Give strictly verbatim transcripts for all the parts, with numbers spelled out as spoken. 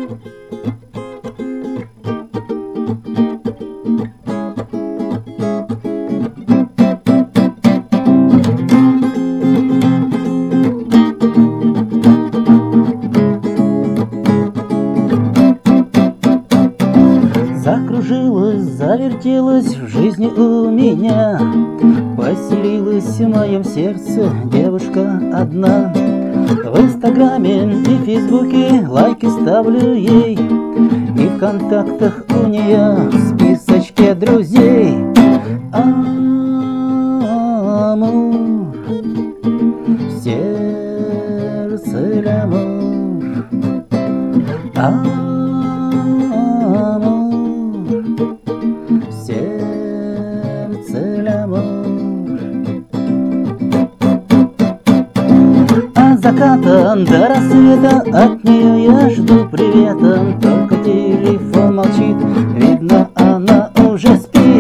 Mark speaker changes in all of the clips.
Speaker 1: Закружилась, завертелась в жизни у меня, поселилась в моем сердце девушка одна. В инстаграме и фейсбуке лайки ставлю ей, и в контактах у нее в списочке друзей. Амур, в сердце лямур, амур, в сердце лямур. От заката до рассвета от нее я жду привета, только телефон молчит, видно, она уже спит.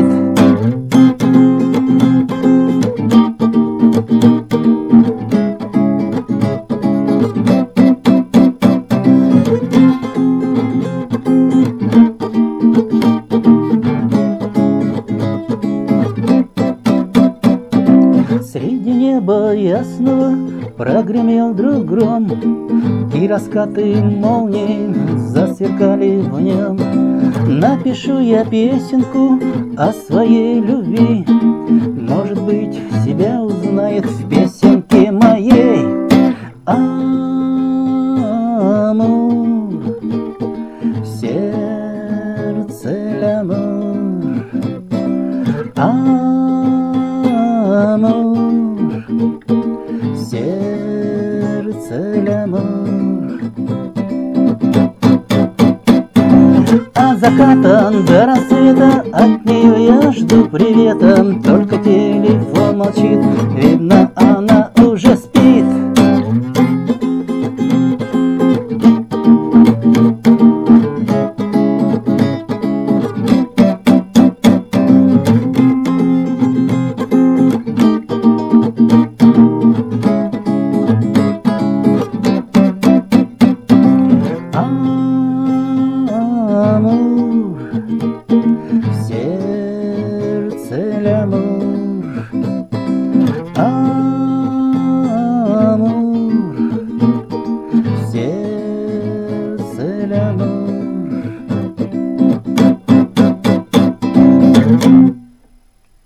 Speaker 1: Среди неба ясного прогремел вдруг гром, и раскаты молний засверкали в нем. Напишу я песенку о своей любви, может быть, себя узнает в песенке моей. Амур, в сердце лямур, амур, в сердце лямур. А заката до рассвета от нее я жду привета, только